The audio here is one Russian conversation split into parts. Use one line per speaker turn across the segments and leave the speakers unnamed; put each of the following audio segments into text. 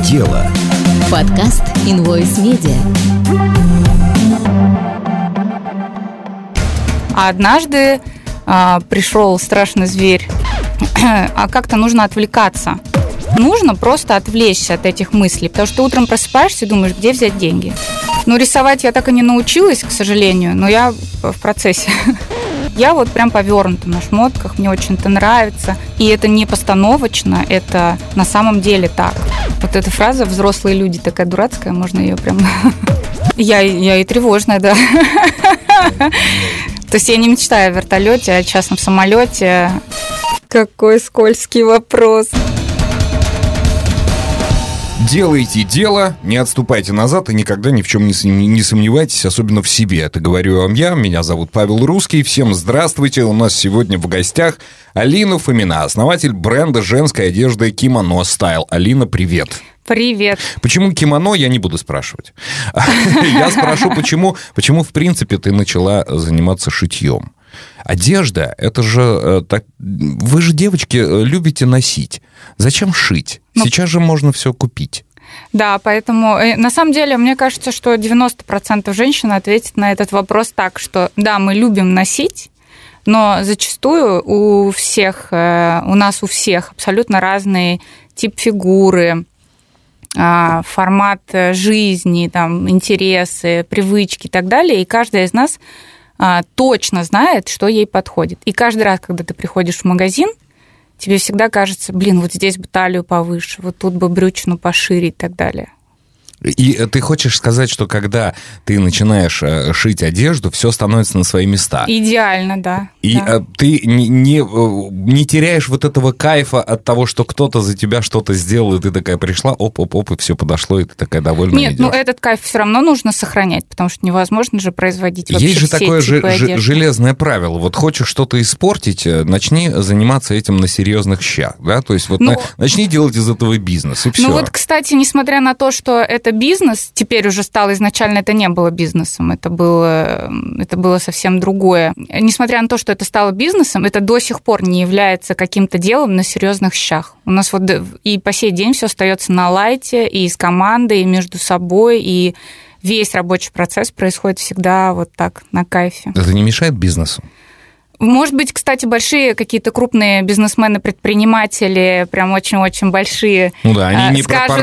дело».
Подкаст Invoice Media.
А однажды пришел страшный зверь, а как-то нужно отвлекаться. Нужно просто отвлечься от этих мыслей, потому что ты утром просыпаешься и думаешь, где взять деньги. Ну, рисовать я так и не научилась, к сожалению, но я в процессе. Я вот прям повёрнута на шмотках, мне очень это нравится. И это не постановочно, это на самом деле так. Вот эта фраза «взрослые люди» такая дурацкая, можно ее прям... Я и тревожная, да. То есть я не мечтаю о вертолете, о частном самолете. Какой скользкий вопрос.
Делайте дело, не отступайте назад и никогда ни в чем не сомневайтесь, особенно в себе. Это говорю вам я, меня зовут Павел Русский. Всем здравствуйте. У нас сегодня в гостях Алина Фомина, основатель бренда женской одежды Kimono Style. Алина, привет.
Привет.
Почему кимоно, я не буду спрашивать. Я спрошу, почему в принципе ты начала заниматься шитьем. Одежда, это же... Вы же, девочки, любите носить. Зачем шить? Сейчас же можно все купить.
Да, поэтому на самом деле мне кажется, что 90% женщин ответят на этот вопрос так, что да, мы любим носить, но зачастую у нас у всех абсолютно разный тип фигуры, формат жизни, там, интересы, привычки и так далее, и каждая из нас точно знает, что ей подходит. И каждый раз, когда ты приходишь в магазин, тебе всегда кажется, вот здесь бы талию повыше, вот тут бы брючину пошире и так далее.
И ты хочешь сказать, что когда ты начинаешь шить одежду, все становится на свои места?
Идеально, да.
И да. Ты не теряешь вот этого кайфа от того, что кто-то за тебя что-то сделал, и ты такая пришла, оп-оп-оп, и все подошло, и ты такая довольная.
Нет, этот кайф все равно нужно сохранять, потому что невозможно же производить вообще
есть же
все
такое
типы одежды.
Железное правило. Вот хочешь что-то испортить, начни заниматься этим на серьезных щах, да? То есть начни делать из этого бизнес, и все.
Кстати, несмотря на то, что это бизнес, теперь уже стало, изначально это не было бизнесом, это было совсем другое. Несмотря на то, что это стало бизнесом, это до сих пор не является каким-то делом на серьезных щах. У нас и по сей день все остается на лайте, и с командой, и между собой, и весь рабочий процесс происходит всегда вот так, на кайфе.
Это не мешает бизнесу?
Может быть, кстати, большие какие-то крупные бизнесмены, предприниматели, прям очень-очень большие,
они не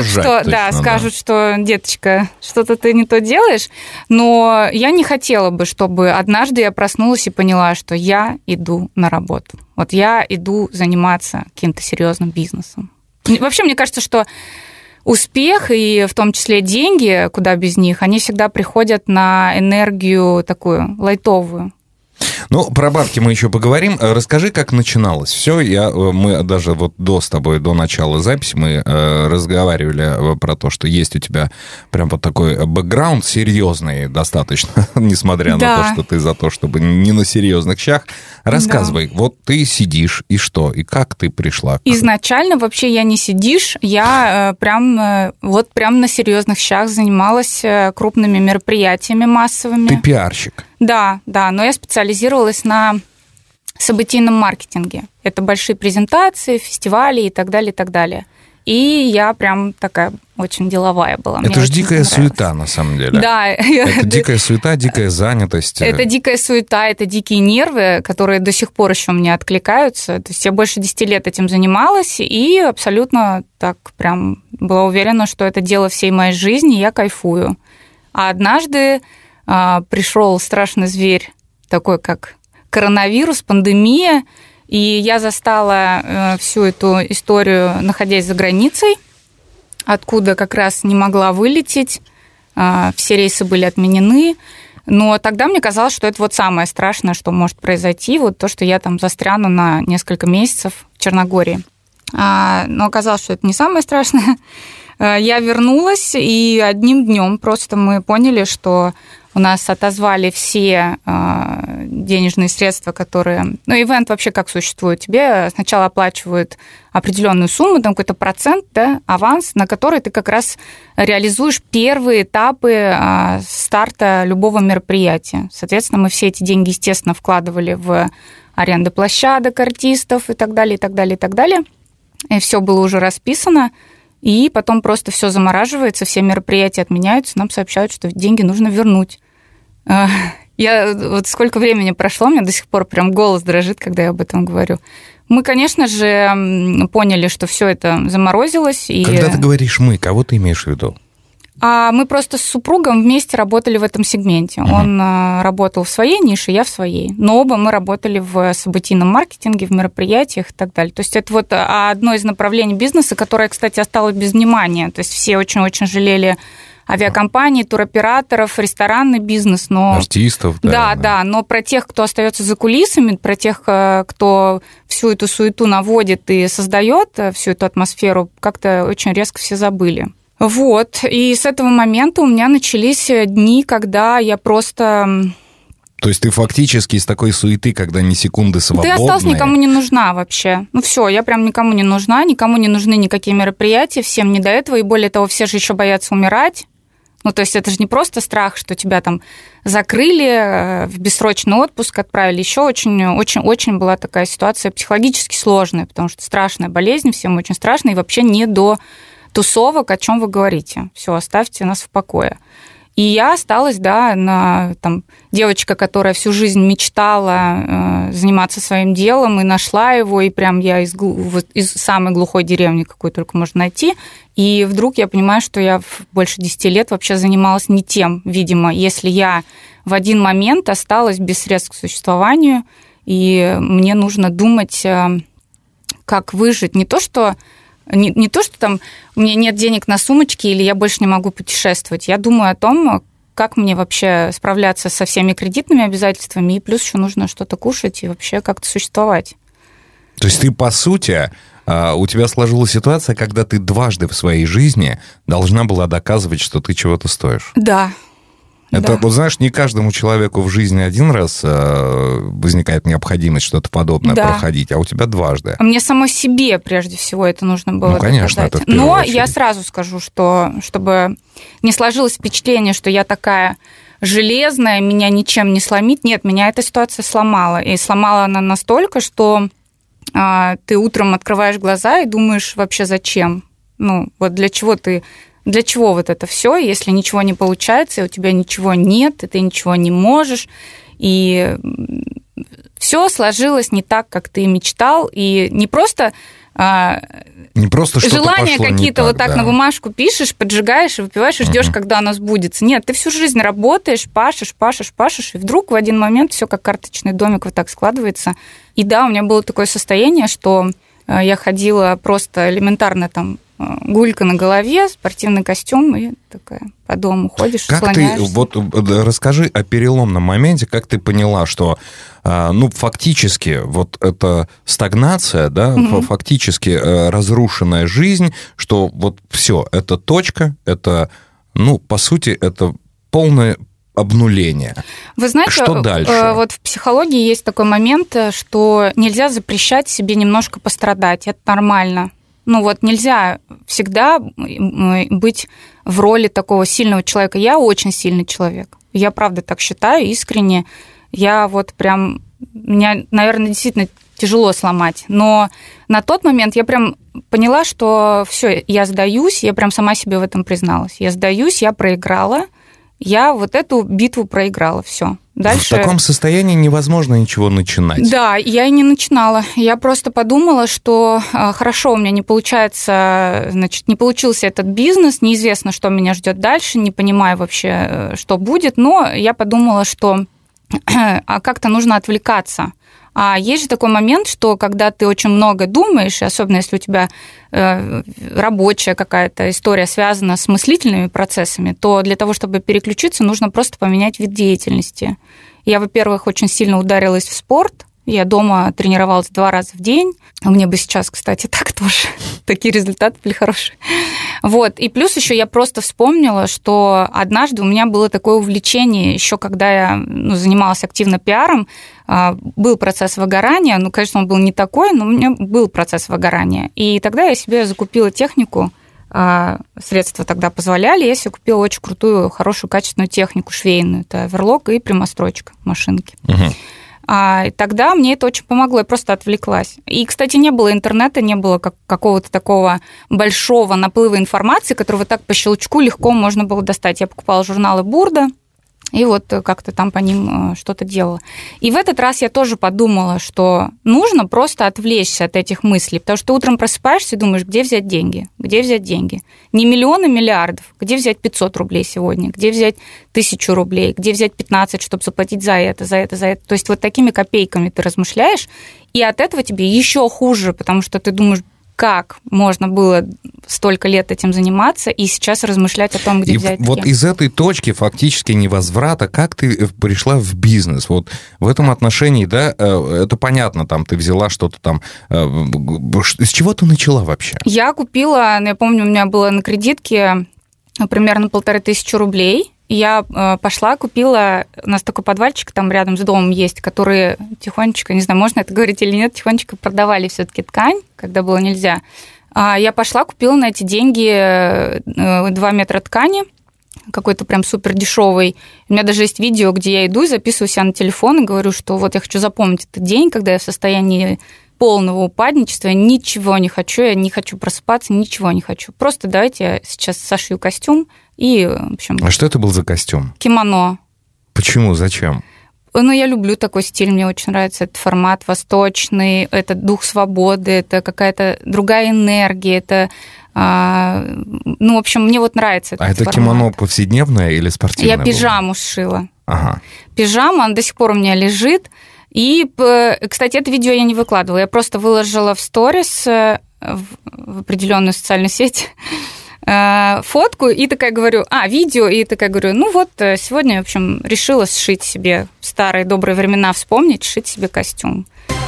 скажут, что, деточка, что-то ты не то делаешь, но я не хотела бы, чтобы однажды я проснулась и поняла, что я иду на работу. Вот я иду заниматься каким-то серьезным бизнесом. Вообще, мне кажется, что успех, и в том числе деньги, куда без них, они всегда приходят на энергию такую лайтовую.
Про бабки мы еще поговорим. Расскажи, как начиналось все. Мы даже до начала записи мы разговаривали про то, что есть у тебя прям вот такой бэкграунд серьезный достаточно, несмотря на то, что ты за то, чтобы не на серьезных щах. Рассказывай, вот ты сидишь, и что, и как ты пришла?
Изначально вообще я не сидишь, я прям на серьезных щах занималась крупными мероприятиями массовыми.
Ты пиарщик.
Да, но я специализировалась на событийном маркетинге. Это большие презентации, фестивали и так далее, и так далее. И я прям такая очень деловая была.
Это же дикая суета, на самом деле.
Да.
Это дикая суета, дикая занятость.
Это дикая суета, это дикие нервы, которые до сих пор еще мне откликаются. То есть я больше 10 лет этим занималась и абсолютно так прям была уверена, что это дело всей моей жизни, и я кайфую. А однажды пришел страшный зверь, такой как коронавирус, пандемия, и я застала всю эту историю, находясь за границей, откуда как раз не могла вылететь, все рейсы были отменены, но тогда мне казалось, что это самое страшное, что может произойти, то, что я там застряну на несколько месяцев в Черногории. Но оказалось, что это не самое страшное. Я вернулась, и одним днем просто мы поняли, что у нас отозвали все денежные средства, которые... ивент вообще как существует? Тебе сначала оплачивают определенную сумму, там какой-то процент, аванс, на который ты как раз реализуешь первые этапы старта любого мероприятия. Соответственно, мы все эти деньги, естественно, вкладывали в аренду площадок, артистов и так далее, и так далее, и так далее. И все было уже расписано. и потом просто все замораживается, все мероприятия отменяются, нам сообщают, что деньги нужно вернуть. Вот сколько времени прошло, у меня до сих пор прям голос дрожит, когда я об этом говорю. Мы, конечно же, поняли, что все это заморозилось.
Когда ты говоришь «мы», кого ты имеешь в виду?
Мы просто с супругом вместе работали в этом сегменте. Он работал в своей нише, я в своей. Но оба мы работали в событийном маркетинге, в мероприятиях и так далее. То есть это вот одно из направлений бизнеса, которое, кстати, осталось без внимания. То есть все очень-очень жалели авиакомпании, туроператоров, ресторанный бизнес, но...
Артистов,
да. Но про тех, кто остается за кулисами, про тех, кто всю эту суету наводит и создает всю эту атмосферу, как-то очень резко все забыли. Вот, и с этого момента у меня начались дни, когда я просто...
То есть ты фактически из такой суеты, когда ни секунды свободные...
Ты осталась никому не нужна вообще. Все, я прям никому не нужна, никому не нужны никакие мероприятия, всем не до этого, и более того, все же еще боятся умирать. То есть это же не просто страх, что тебя там закрыли, в бессрочный отпуск отправили. Еще очень была такая ситуация психологически сложная, потому что страшная болезнь, всем очень страшно, и вообще не до тусовок, о чем вы говорите. Все, оставьте нас в покое. И я осталась, девочка, которая всю жизнь мечтала заниматься своим делом, и нашла его, и прям я из самой глухой деревни, какой только можно найти, и вдруг я понимаю, что я больше 10 лет вообще занималась не тем, видимо, если я в один момент осталась без средств к существованию, и мне нужно думать, как выжить, не то, что там у меня нет денег на сумочки или я больше не могу путешествовать. Я думаю о том, как мне вообще справляться со всеми кредитными обязательствами, и плюс еще нужно что-то кушать и вообще как-то существовать.
То есть ты, по сути, у тебя сложилась ситуация, когда ты дважды в своей жизни должна была доказывать, что ты чего-то стоишь.
Да.
Это, знаешь, не каждому человеку в жизни один раз возникает необходимость что-то подобное проходить, а у тебя дважды.
Мне самой себе, прежде всего, это нужно было
конечно,
доказать.
это в первую очередь.
Я сразу скажу, что чтобы не сложилось впечатление, что я такая железная, меня ничем не сломит. Нет, меня эта ситуация сломала. И сломала она настолько, что ты утром открываешь глаза и думаешь, вообще зачем? Для чего вот это все, если ничего не получается, и у тебя ничего нет, и ты ничего не можешь, и все сложилось не так, как ты мечтал, и не просто желания какие-то вот так на бумажку пишешь, поджигаешь и выпиваешь, и ждешь, когда оно сбудется. Нет, ты всю жизнь работаешь, пашешь, и вдруг в один момент все как карточный домик вот так складывается. И да, у меня было такое состояние, что я ходила просто элементарно там гулька на голове, спортивный костюм, и такая по дому ходишь, слоняешься.
Расскажи о переломном моменте, как ты поняла, что, фактически, вот эта стагнация, да, фактически разрушенная жизнь, что вот все, это точка, это, по сути, это полное обнуление.
Вы знаете,
что дальше?
Вот в психологии есть такой момент, что нельзя запрещать себе немножко пострадать, это нормально. Нельзя всегда быть в роли такого сильного человека. Я очень сильный человек. Я правда так считаю, искренне. Меня, наверное, действительно тяжело сломать. Но на тот момент я прям поняла, что все, я сдаюсь, я прям сама себе в этом призналась. Я сдаюсь, я проиграла. Я вот эту битву проиграла, все. Дальше...
В таком состоянии невозможно ничего начинать.
Да, я и не начинала. Я просто подумала, что хорошо, у меня не получается, не получился этот бизнес, неизвестно, что меня ждет дальше, не понимаю вообще, что будет, но я подумала, что как-то нужно отвлекаться. А есть же такой момент, что когда ты очень много думаешь, особенно если у тебя рабочая какая-то история связана с мыслительными процессами, то для того, чтобы переключиться, нужно просто поменять вид деятельности. Я, во-первых, очень сильно ударилась в спорт. Я дома тренировалась 2 раза в день. У меня бы сейчас, кстати, так тоже. Такие результаты были хорошие. Вот. И плюс еще я просто вспомнила, что однажды у меня было такое увлечение, еще когда я занималась активно пиаром, был процесс выгорания. Конечно, он был не такой, но у меня был процесс выгорания. И тогда я себе закупила технику, средства тогда позволяли, я себе купила очень крутую, хорошую, качественную технику швейную. Это оверлок и прямострочка машинки. И тогда мне это очень помогло, я просто отвлеклась. И, кстати, не было интернета, не было какого-то такого большого наплыва информации, который вот так по щелчку легко можно было достать. Я покупала журналы «Бурда», и вот как-то там по ним что-то делала. И в этот раз я тоже подумала, что нужно просто отвлечься от этих мыслей, потому что утром просыпаешься и думаешь, где взять деньги? Где взять деньги? Не миллионы миллиардов, где взять 500 рублей сегодня? Где взять 1000 рублей? Где взять 15, чтобы заплатить за это? То есть вот такими копейками ты размышляешь, и от этого тебе еще хуже, потому что ты думаешь, как можно было столько лет этим заниматься и сейчас размышлять о том, где взять деньги.
Вот из этой точки фактически невозврата, как ты пришла в бизнес? Вот в этом отношении, да, это понятно, там ты взяла что-то там. С чего ты начала вообще?
Я купила, я помню, у меня было на кредитке примерно 1500 рублей. Я пошла, купила, у нас такой подвальчик там рядом с домом есть, которые тихонечко, не знаю, можно это говорить или нет, тихонечко продавали все-таки ткань, когда было нельзя. Я пошла, купила на эти деньги 2 метра ткани, какой-то прям супер дешевый. У меня даже есть видео, где я иду и записываю себя на телефон и говорю, что вот я хочу запомнить этот день, когда я в состоянии полного упадничества, я ничего не хочу, я не хочу просыпаться, ничего не хочу. Просто давайте я сейчас сошью костюм и, в общем...
А что это был за костюм?
Кимоно.
Почему? Зачем?
Ну, я люблю такой стиль, мне очень нравится этот формат восточный, это дух свободы, это какая-то другая энергия, это... Ну, в общем, мне вот нравится этот
это
формат.
Кимоно повседневное или спортивное?
Я пижаму сшила.
Ага.
Пижама, она до сих пор у меня лежит. И, кстати, это видео я не выкладывала, я просто выложила в сторис, в определенную социальную сеть, фотку, и такая говорю, видео, и такая говорю, ну вот, сегодня, в общем, решила сшить себе в старые добрые времена, вспомнить, сшить себе костюм.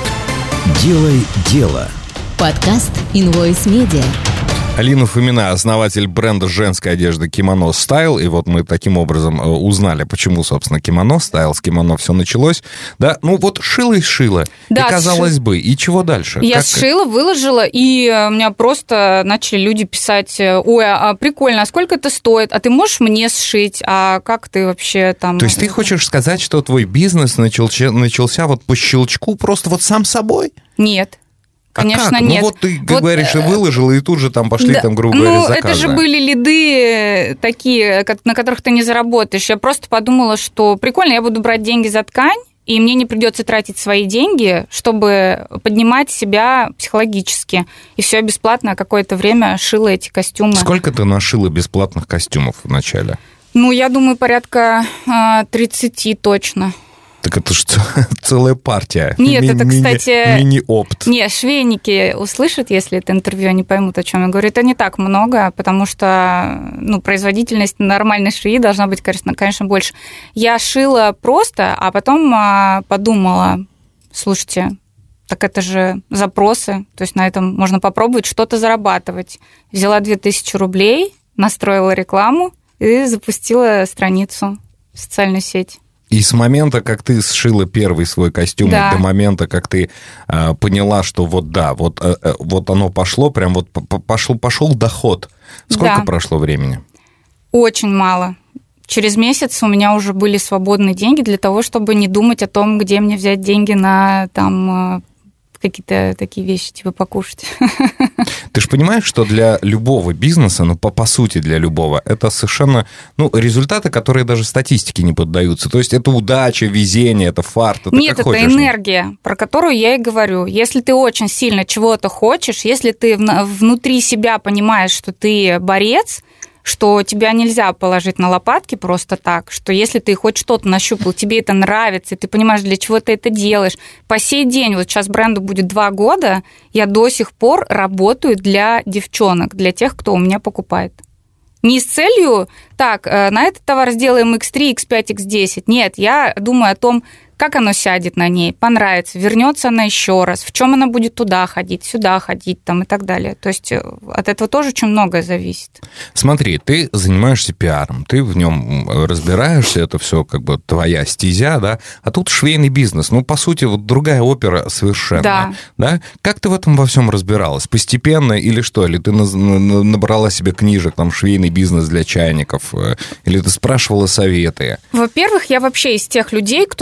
Делай дело.
Подкаст Invoice Media.
Алина Фомина, основатель бренда женской одежды Kimono Style, и вот мы таким образом узнали, почему, собственно, Kimono Style, с кимоно все началось, да, ну вот шила и шила, да, и казалось бы, и чего дальше?
Я сшила, выложила, и у меня просто начали люди писать, ой, прикольно, а сколько это стоит, а ты можешь мне сшить, а как ты вообще там...
То есть ты хочешь сказать, что твой бизнес начался вот по щелчку просто вот сам собой?
Нет. Конечно,
как?
нет.
Ну вот ты говоришь, что выложила, и тут же там пошли, там, грубо говоря, заказы.
Это же были лиды такие, на которых ты не заработаешь. Я просто подумала, что прикольно, я буду брать деньги за ткань, и мне не придется тратить свои деньги, чтобы поднимать себя психологически. И все бесплатно какое-то время шила эти костюмы.
Сколько ты нашила бесплатных костюмов в начале?
Ну, я думаю, порядка 30 точно.
Так это же целая партия.
Нет, это, кстати...
Мини-опт.
Нет, швейники услышат, если это интервью, они поймут, о чем я говорю. Это не так много, потому что производительность нормальной швеи должна быть, конечно, больше. Я шила просто, а потом подумала, слушайте, так это же запросы, то есть на этом можно попробовать что-то зарабатывать. Взяла 2000 рублей, настроила рекламу и запустила страницу в социальную сеть.
И с момента, как ты сшила первый свой костюм,
да,
до момента, как ты поняла, что вот оно пошло, прям вот пошел доход. Сколько прошло времени?
Очень мало. Через месяц у меня уже были свободные деньги для того, чтобы не думать о том, где мне взять деньги на там какие-то такие вещи, типа покушать.
Ты же понимаешь, что для любого бизнеса, по сути для любого, это совершенно, результаты, которые даже статистике не поддаются. То есть это удача, везение, это фарт, это
нет,
как хочешь.
Нет, это энергия, про которую я и говорю. Если ты очень сильно чего-то хочешь, если ты внутри себя понимаешь, что ты борец, что тебя нельзя положить на лопатки просто так, что если ты хоть что-то нащупал, тебе это нравится, и ты понимаешь, для чего ты это делаешь. По сей день, вот сейчас бренду будет 2 года, я до сих пор работаю для девчонок, для тех, кто у меня покупает. Не с целью, так, на этот товар сделаем X3, X5, X10. Нет, я думаю о том, как оно сядет на ней, понравится, вернется она еще раз, в чем она будет туда ходить, сюда ходить там, и так далее. То есть от этого тоже очень многое зависит.
Смотри, ты занимаешься пиаром, ты в нем разбираешься, это все как бы твоя стезя, да, а тут швейный бизнес, по сути, вот другая опера совершенно. Да? Как ты в этом во всем разбиралась? Постепенно или что? Или ты набрала себе книжек, там, швейный бизнес для чайников, или ты спрашивала советы?
Во-первых, я вообще из тех людей, кто считает,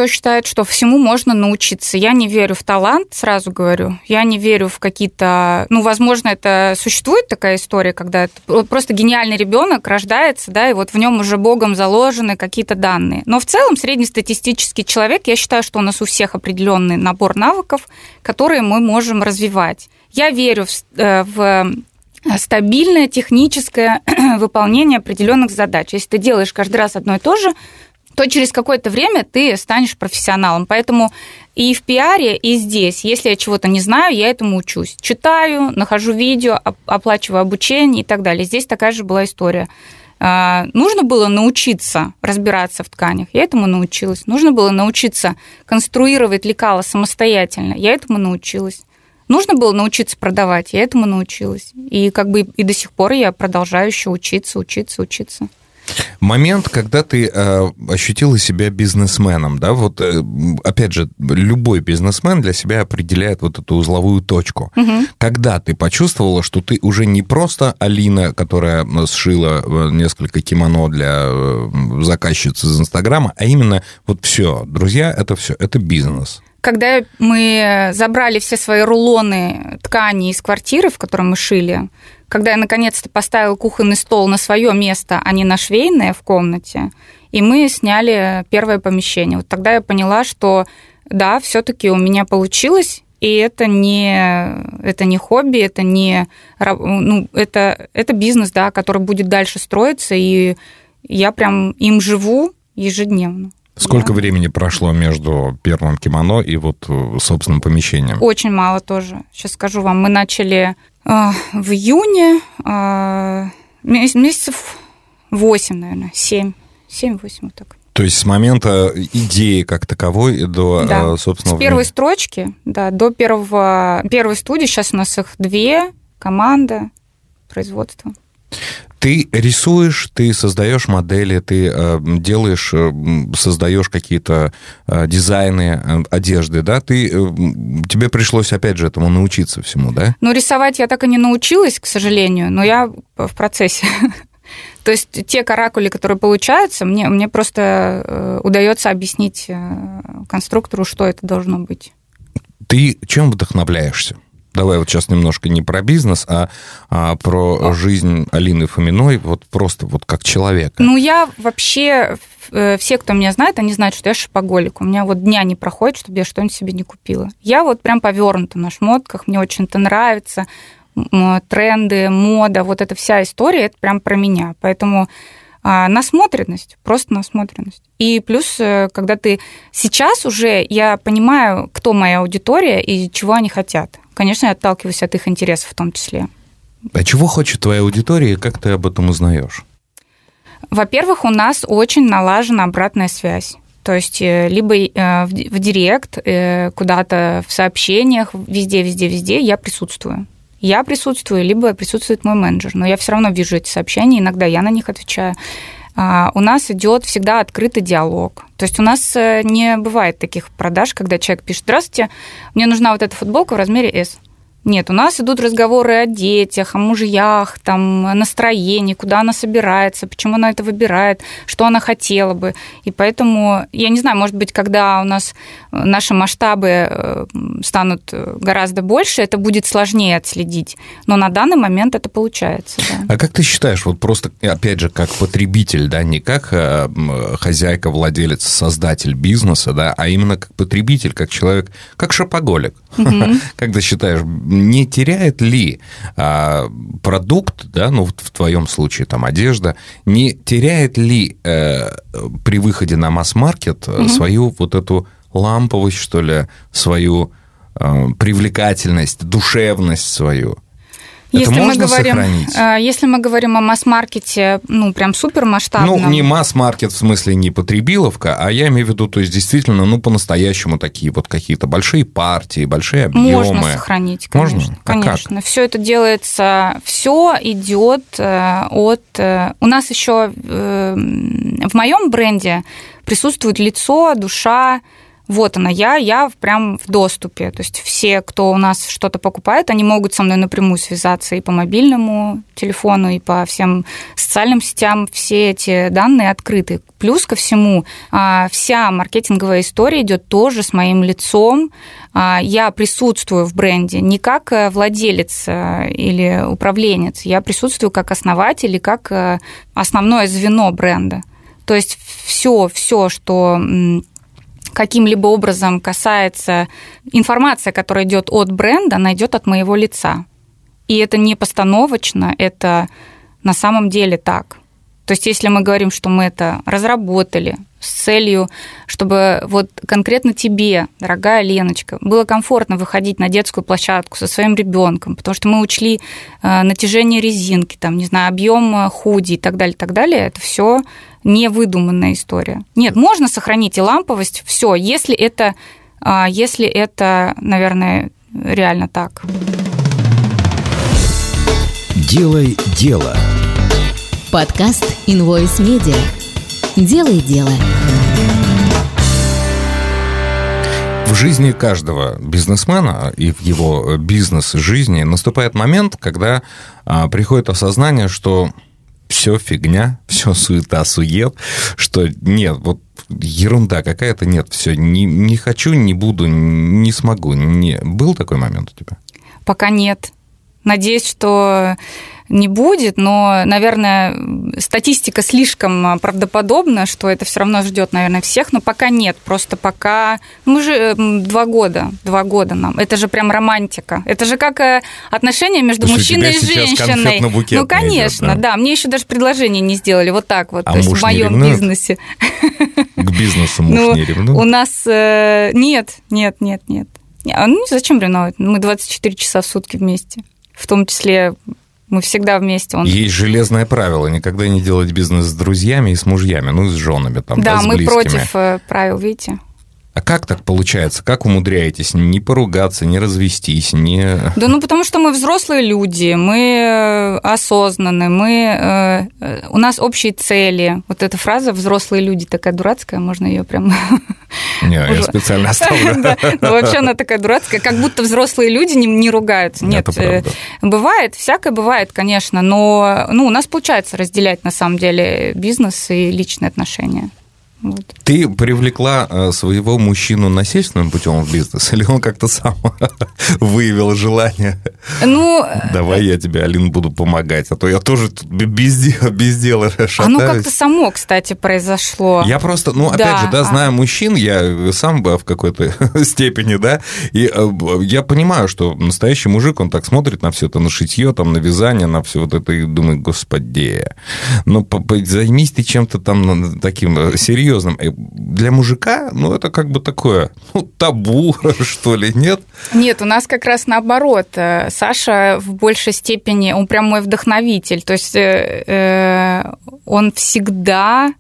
сказать, что всему можно научиться. Я не верю в талант, сразу говорю. Я не верю в какие-то... возможно, это существует такая история, когда просто гениальный ребенок рождается, да, и вот в нем уже Богом заложены какие-то данные. Но в целом среднестатистический человек, я считаю, что у нас у всех определенный набор навыков, которые мы можем развивать. Я верю в стабильное техническое выполнение определенных задач. Если ты делаешь каждый раз одно и то же, то через какое-то время ты станешь профессионалом. Поэтому и в пиаре, и здесь, если я чего-то не знаю, я этому учусь. Читаю, нахожу видео, оплачиваю обучение и так далее. Здесь такая же была история. Нужно было научиться разбираться в тканях, я этому научилась. Нужно было научиться конструировать лекала самостоятельно, я этому научилась. Нужно было научиться продавать, я этому научилась. И и до сих пор я продолжаю еще учиться.
Момент, когда ты ощутила себя бизнесменом, да, вот опять же, любой бизнесмен для себя определяет вот эту узловую точку. Угу. Когда ты почувствовала, что ты уже не просто Алина, которая сшила несколько кимоно для заказчицы из Инстаграма, а именно вот все, друзья, это бизнес.
Когда мы забрали все свои рулоны ткани из квартиры, в которой мы шили, когда я наконец-то поставила кухонный стол на свое место, а не на швейное в комнате, и мы сняли первое помещение. Вот тогда я поняла, что да, все-таки у меня получилось, и это не хобби, это бизнес, да, который будет дальше строиться, и я прям им живу ежедневно.
Сколько времени прошло между первым кимоно и вот собственным помещением?
Очень мало тоже. Сейчас скажу вам. Мы начали в июне, месяцев 8, наверное, 7-8, вот так.
То есть с момента идеи как таковой до, собственно...
С первой строчки, да, до первой студии. Сейчас у нас их 2, команда, производство.
Ты рисуешь, ты создаешь модели, ты создаешь какие-то дизайны одежды, да? Тебе пришлось, опять же, этому научиться всему, да?
Рисовать я так и не научилась, к сожалению, но я в процессе. То есть те каракули, которые получаются, мне просто удается объяснить конструктору, что это должно быть.
Ты чем вдохновляешься? Давай вот сейчас немножко не про бизнес, а про жизнь Алины Фоминой, вот просто вот как человека.
Я вообще, все, кто меня знает, они знают, что я шопоголик. У меня вот дня не проходит, чтобы я что-нибудь себе не купила. Я вот прям повёрнута на шмотках, мне очень это нравится, тренды, мода, вот эта вся история, это прям про меня. Поэтому насмотренность, просто насмотренность. И плюс, когда ты сейчас уже, я понимаю, кто моя аудитория и чего они хотят. Конечно, я отталкиваюсь от их интересов в том числе.
А чего хочет твоя аудитория, и как ты об этом узнаешь?
Во-первых, у нас очень налажена обратная связь. То есть либо в директ, куда-то в сообщениях, везде я присутствую. Либо присутствует мой менеджер. Но я все равно вижу эти сообщения, иногда я на них отвечаю. У нас идет всегда открытый диалог. То есть у нас не бывает таких продаж, когда человек пишет: «Здравствуйте, мне нужна вот эта футболка в размере S». Нет, у нас идут разговоры о детях, о мужьях, там, о настроении, куда она собирается, почему она это выбирает, что она хотела бы. И поэтому, я не знаю, может быть, когда у нас наши масштабы станут гораздо больше, это будет сложнее отследить. Но на данный момент это получается. Да.
А как ты считаешь, вот просто, опять же, как потребитель, да, не как хозяйка, владелец, создатель бизнеса, да, а именно как потребитель, как человек, как шопоголик. Как ты считаешь, не теряет ли продукт, да, в твоем случае там одежда, не теряет ли при выходе на масс-маркет свою вот эту ламповость, что ли, свою привлекательность, душевность свою? Это можно сохранить?
Если мы говорим о масс-маркете, прям супермасштабном...
не масс-маркет в смысле не потребиловка, а я имею в виду, то есть действительно, по-настоящему такие вот какие-то большие партии, большие объемы.
Можно сохранить, конечно.
Можно?
Конечно. Все это делается, все идет от... У нас еще в моем бренде присутствует лицо, душа, вот она я прям в доступе. То есть все, кто у нас что-то покупает, они могут со мной напрямую связаться и по мобильному телефону, и по всем социальным сетям. Все эти данные открыты. Плюс ко всему, вся маркетинговая история идет тоже с моим лицом. Я присутствую в бренде не как владелец или управленец, я присутствую как основатель и как основное звено бренда. То есть все, что каким-либо образом касается информация, которая идет от бренда, она идет от моего лица. И это не постановочно, это на самом деле так. То есть если мы говорим, что мы это разработали с целью, чтобы вот конкретно тебе, дорогая Леночка, было комфортно выходить на детскую площадку со своим ребенком, потому что мы учли натяжение резинки, там, не знаю, объем худи и так далее, это все невыдуманная история. Нет, можно сохранить и ламповость, все, если это, наверное, реально так.
Делай дело.
Подкаст Invoice Media. Делай дело.
В жизни каждого бизнесмена и в его бизнес-жизни наступает момент, когда приходит осознание, что все фигня, все суета-сует, что нет, вот ерунда какая-то, нет, все, не хочу, не буду, не смогу. Был такой момент у тебя?
Пока нет. Надеюсь, что не будет, но, наверное, статистика слишком правдоподобна, что это все равно ждет, наверное, всех, но пока нет, просто пока... Мы же 2 года нам, это же прям романтика, это же как отношения между мужчиной и женщиной. Ну, конечно, идет, да. Мне еще даже предложение не сделали, вот так вот, то есть в моем бизнесе.
К бизнесу муж не ревнует?
У нас нет. Ну, зачем ревновать? Мы 24 часа в сутки вместе, в том числе... Мы всегда вместе.
Есть железное правило: никогда не делать бизнес с друзьями и с мужьями, ну, с женами, там,
да,
с
мы
близкими.
против правил, видите?
А как так получается? Как умудряетесь не поругаться, не развестись, не...
Да, ну, потому что мы взрослые люди, мы осознанны, у нас общие цели. Вот эта фраза «взрослые люди» такая дурацкая, можно ее прям...
Не, я специально оставлю.
Вообще она такая дурацкая, как будто взрослые люди не ругаются. Нет, бывает, всякое бывает, конечно, но у нас получается разделять, на самом деле, бизнес и личные отношения. Вот.
Ты привлекла своего мужчину насильственным путем в бизнес, или он как-то сам выявил желание? Давай я тебе, Алин, буду помогать, а то я тоже тут без дела шатаюсь.
Оно как-то само, кстати, произошло.
Я просто, опять же, зная мужчин, я сам в какой-то степени, да, и я понимаю, что настоящий мужик, он так смотрит на все это, на шитье, там, на вязание, на все вот это, и думает, господи, займись ты чем-то там таким серьезным. Для мужика, это как бы такое, табу, что ли, нет?
Нет, у нас как раз наоборот. Саша в большей степени, он прям мой вдохновитель. То есть он всегда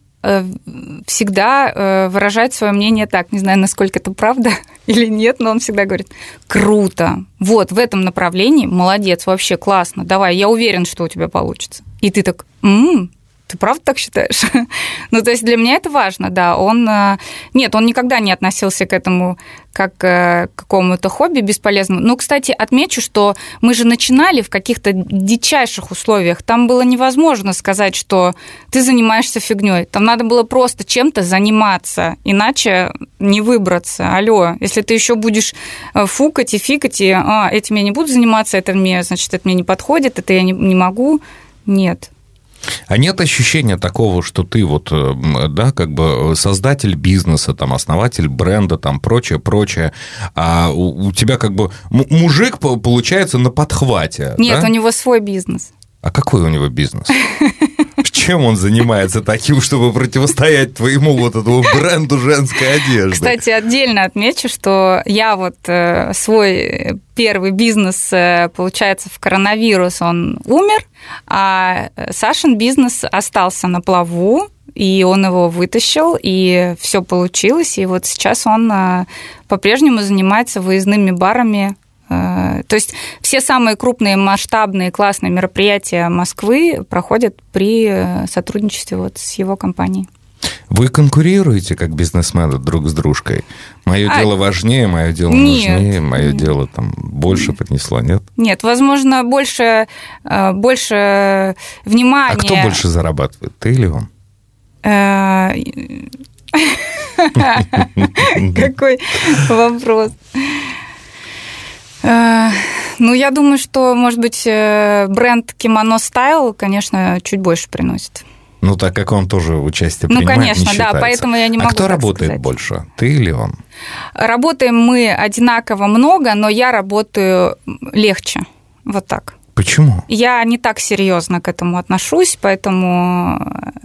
выражает свое мнение так. Не знаю, насколько это правда или нет, но он всегда говорит: круто, вот в этом направлении молодец, вообще классно, давай, я уверен, что у тебя получится. И ты так... Ты правда так считаешь? То есть для меня это важно, да. Он никогда не относился к этому как к какому-то хобби бесполезному. Кстати, отмечу, что мы же начинали в каких-то дичайших условиях. Там было невозможно сказать, что ты занимаешься фигней. Там надо было просто чем-то заниматься, иначе не выбраться. Алло, если ты еще будешь фукать и фикать, и этим я не буду заниматься, это мне не подходит, это я не могу. Нет.
А нет ощущения такого, что ты как бы создатель бизнеса, там, основатель бренда, там, прочее, а у тебя как бы мужик, получается, на подхвате?
Нет,
да?
У него свой бизнес.
А какой у него бизнес? Чем он занимается таким, чтобы противостоять твоему этому бренду женской одежды?
Кстати, отдельно отмечу, что я свой первый бизнес, получается, в коронавирус он умер, а Сашин бизнес остался на плаву, и он его вытащил, и все получилось, и вот сейчас он по-прежнему занимается выездными барами. То есть все самые крупные, масштабные, классные мероприятия Москвы проходят при сотрудничестве с его компанией.
Вы конкурируете как бизнесмены друг с дружкой? Мое дело важнее, мое дело нужнее, мое дело там больше принесло, нет?
Нет, возможно, больше внимания.
А кто больше зарабатывает, ты или он?
Какой вопрос. Ну, я думаю, что, может быть, бренд Kimono Style, конечно, чуть больше приносит.
Ну, так как он тоже участие принимает,
конечно,
не считается.
Да, поэтому я не могу.
А кто работает
сказать
больше, ты или он?
Работаем мы одинаково много, но я работаю легче. Вот так.
Почему?
Я не так серьезно к этому отношусь, поэтому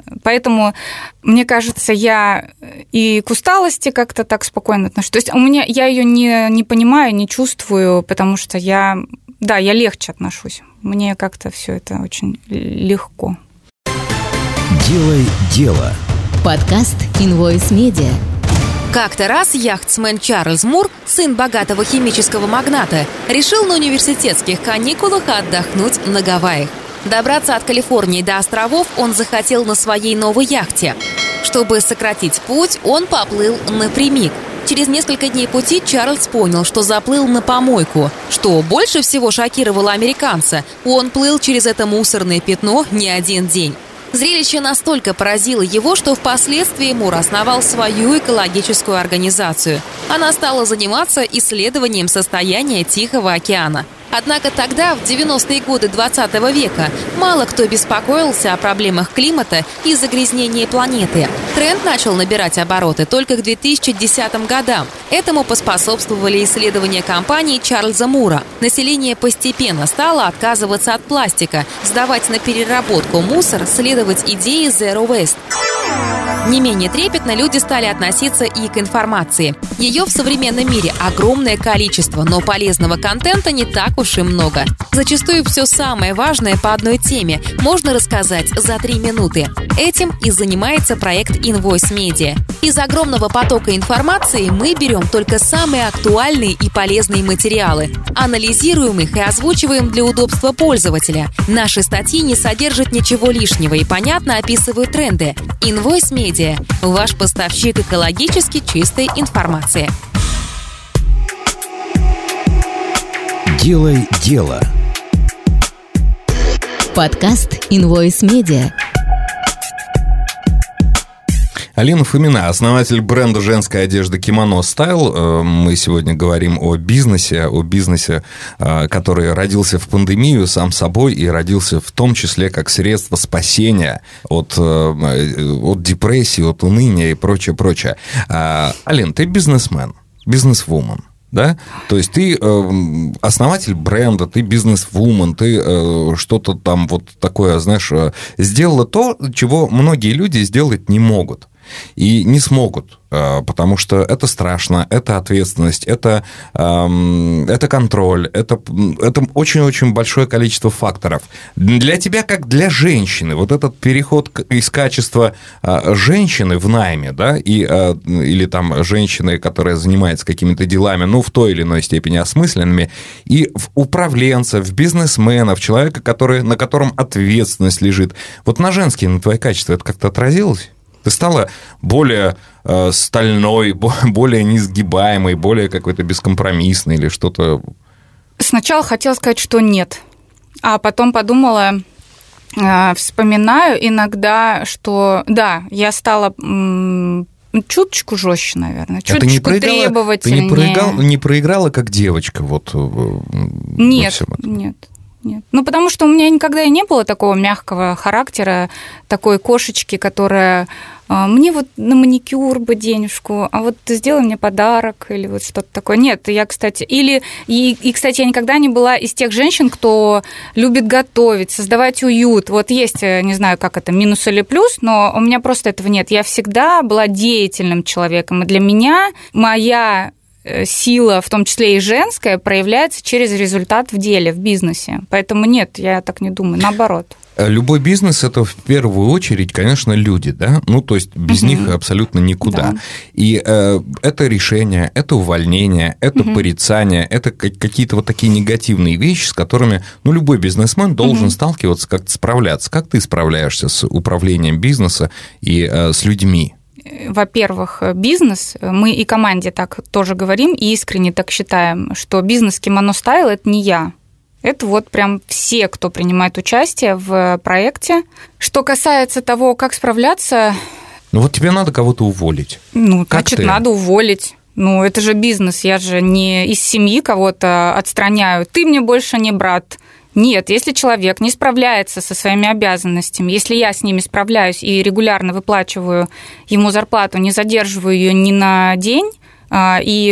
мне кажется, я и к усталости как-то так спокойно отношусь. То есть я ее не понимаю, не чувствую, потому что я легче отношусь. Мне как-то все это очень легко.
Делай дело.
Подкаст Invoice Media.
Как-то раз яхтсмен Чарльз Мур, сын богатого химического магната, решил на университетских каникулах отдохнуть на Гавайях. Добраться от Калифорнии до островов он захотел на своей новой яхте. Чтобы сократить путь, он поплыл напрямик. Через несколько дней пути Чарльз понял, что заплыл на помойку. Что больше всего шокировало американца, он плыл через это мусорное пятно не один день. Зрелище настолько поразило его, что впоследствии Мур основал свою экологическую организацию. Она стала заниматься исследованием состояния Тихого океана. Однако тогда, в 90-е годы 20 века, мало кто беспокоился о проблемах климата и загрязнении планеты. Тренд начал набирать обороты только к 2010 годам. Этому поспособствовали исследования компании Чарльза Мура. Население постепенно стало отказываться от пластика, сдавать на переработку мусор, следовать идее Zero Waste. Не менее трепетно люди стали относиться и к информации. Ее в современном мире огромное количество, но полезного контента не так уж и много. Зачастую все самое важное по одной теме можно рассказать за 3 минуты. Этим и занимается проект Invoice Media. Из огромного потока информации мы берем только самые актуальные и полезные материалы, анализируем их и озвучиваем для удобства пользователя. Наши статьи не содержат ничего лишнего и понятно описывают тренды. Invoice Media – ваш поставщик экологически чистой информации.
Делай дело.
Подкаст Invoice Media.
Алина Фомина, основатель бренда женской одежды Kimono Style. Мы сегодня говорим о бизнесе, который родился в пандемию сам собой и родился в том числе как средство спасения от депрессии, от уныния и прочее. Алин, ты бизнесмен, бизнесвумен. Да? То есть ты основатель бренда, ты бизнес-вумен, ты что-то там вот такое, знаешь, сделала то, чего многие люди сделать не могут. И не смогут, потому что это страшно, это ответственность, это контроль, это очень-очень большое количество факторов. Для тебя, как для женщины, вот этот переход из качества женщины в найме, да, или там женщины, которая занимается какими-то делами, ну, в той или иной степени осмысленными, и в управленца, в бизнесмена, в человека, на котором ответственность лежит. Вот на женские, на твои качества это как-то отразилось? Ты стала более стальной, более несгибаемой, более какой-то бескомпромиссной или что-то?
Сначала хотела сказать, что нет. А потом подумала, вспоминаю иногда, что да, я стала чуточку жестче, наверное, чуточку требовательнее.
Ты не проиграла как девочка?
Нет. Ну, потому что у меня никогда и не было такого мягкого характера, такой кошечки, которая мне вот на маникюр бы денежку, а вот сделай мне подарок или вот что-то такое. Нет, я, кстати, кстати, я никогда не была из тех женщин, кто любит готовить, создавать уют. Вот есть, не знаю, как это, минус или плюс, но у меня просто этого нет. Я всегда была деятельным человеком, и для меня моя сила, в том числе и женская, проявляется через результат в деле, в бизнесе. Поэтому нет, я так не думаю, наоборот.
Любой бизнес – это в первую очередь, конечно, люди, да? Ну, то есть без них абсолютно никуда. Да. И это решение, это увольнение, это порицание, это какие-то вот такие негативные вещи, с которыми, ну, любой бизнесмен должен сталкиваться, как-то справляться. Как ты справляешься с управлением бизнеса и с людьми?
во-первых, бизнес, мы и команде так тоже говорим, и искренне так считаем, что бизнес Kimono Style – это не я. Это вот прям все, кто принимает участие в проекте. Что касается того, как справляться...
Ну вот тебе надо кого-то уволить.
Ну, значит, надо уволить. Ну, это же бизнес, я же не из семьи кого-то отстраняю. Ты мне больше не брат. Нет, если человек не справляется со своими обязанностями, если я с ними справляюсь и регулярно выплачиваю ему зарплату, не задерживаю ее ни на день, и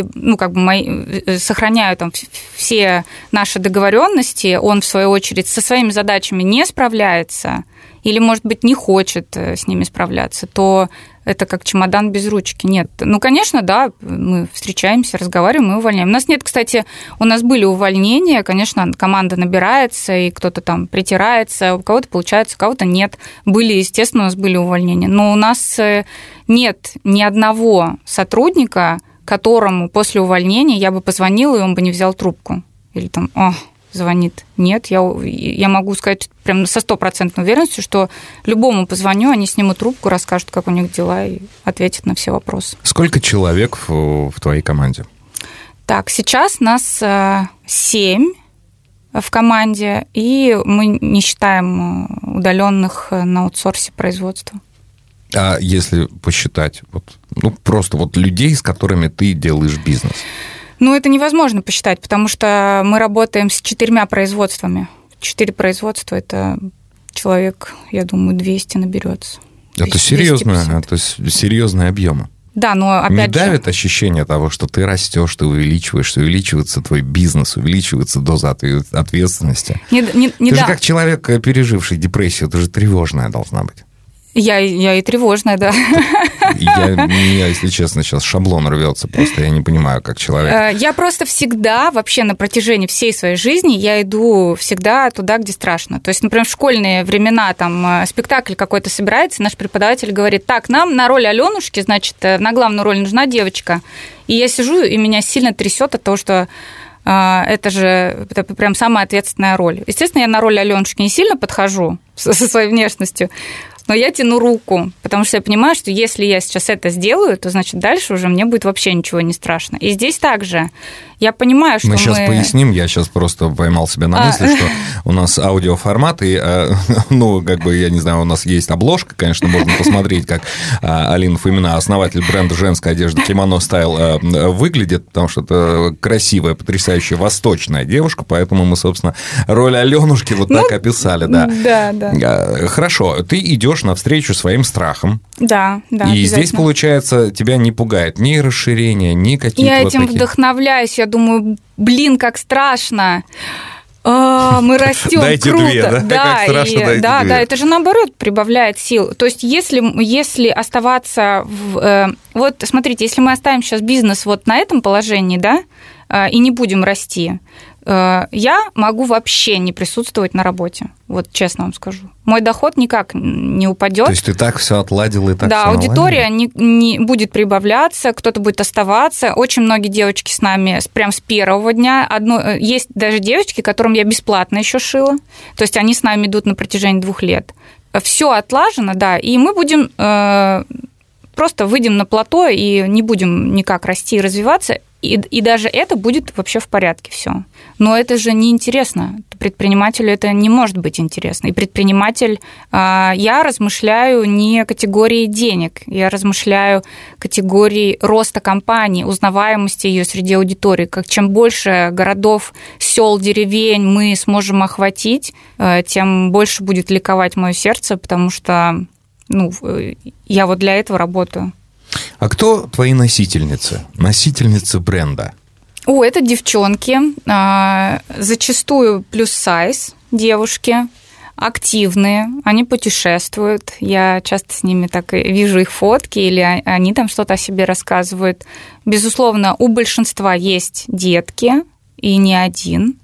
сохраняю там все наши договоренности, он, в свою очередь, со своими задачами не справляется или, может быть, не хочет с ними справляться, то это как чемодан без ручки. Нет. Ну, конечно, да, мы встречаемся, разговариваем и увольняем. У нас нет, кстати, у нас были увольнения, конечно, команда набирается, и кто-то там притирается, у кого-то получается, у кого-то нет. Были, естественно, у нас были увольнения. Но у нас нет ни одного сотрудника, которому после увольнения я бы позвонила, и он бы не взял трубку. Или там, звонит. Нет, я могу сказать прям со 100% уверенностью, что любому позвоню, они снимут трубку, расскажут, как у них дела, и ответят на все вопросы.
Сколько человек в твоей команде?
Так, сейчас нас 7 в команде, и мы не считаем удаленных на аутсорсе производства.
А если посчитать, просто людей, с которыми ты делаешь бизнес?
Ну, это невозможно посчитать, потому что мы работаем с 4 производствами. 4 производства – это человек, я думаю, 200 наберется.
Это серьезные объемы.
Да, но опять же...
Не давит ощущение того, что ты растешь, ты увеличиваешься, увеличивается твой бизнес, увеличивается доза ответственности? Ты же как человек, переживший депрессию, ты же тревожная должна быть.
Я и тревожная, да.
Я, если честно, сейчас шаблон рвется, просто я не понимаю, как человек.
Я просто всегда, вообще на протяжении всей своей жизни, я иду всегда туда, где страшно. То есть, например, в школьные времена там спектакль какой-то собирается, наш преподаватель говорит, так, нам на роль Алёнушки, значит, на главную роль нужна девочка. И я сижу, и меня сильно трясет от того, что это прям самая ответственная роль. Естественно, я на роль Алёнушки не сильно подхожу со своей внешностью, но я тяну руку, потому что я понимаю, что если я сейчас это сделаю, то, значит, дальше уже мне будет вообще ничего не страшно. И здесь также я понимаю, что
мы сейчас поясним, я сейчас просто поймал себя на мысли, что у нас аудиоформат, и, я не знаю, у нас есть обложка, конечно, можно посмотреть, как Алина Фомина, основатель бренда женской одежды Kimono Style, выглядит, потому что это красивая, потрясающая восточная девушка, поэтому мы, собственно, роль Алёнушки вот так описали, да.
Да.
Хорошо, ты идешь навстречу своим страхам.
Да.
И здесь, получается, тебя не пугает ни расширение, ни какие-то
я этим вдохновляюсь, я думаю, как страшно. Мы растем,
дайте
круто.
2, да? Как страшно, дайте 2.
Да, это же наоборот прибавляет сил. То есть, если оставаться вот, смотрите, если мы оставим сейчас бизнес вот на этом положении, да, и не будем расти, я могу вообще не присутствовать на работе, вот честно вам скажу. Мой доход никак не упадет.
То есть ты так все отладила и так
да,
все
аудитория не будет прибавляться, кто-то будет оставаться. Очень многие девочки с нами прям с первого дня. Есть даже девочки, которым я бесплатно еще шила. То есть они с нами идут на протяжении 2 лет. Все отлажено, да, и мы будем просто выйдем на плато и не будем никак расти и развиваться. И даже это будет вообще в порядке все. Но это же неинтересно. Предпринимателю это не может быть интересно. И предприниматель... Я размышляю не категории денег, я размышляю категории роста компании, узнаваемости ее среди аудитории. Чем больше городов, сел, деревень мы сможем охватить, тем больше будет ликовать мое сердце, потому что я вот для этого работаю.
А кто твои носительницы? Носительницы бренда?
Это девчонки, зачастую плюс-сайз девушки, активные, они путешествуют. Я часто с ними так и вижу их фотки, или они там что-то о себе рассказывают. Безусловно, у большинства есть детки, и не один.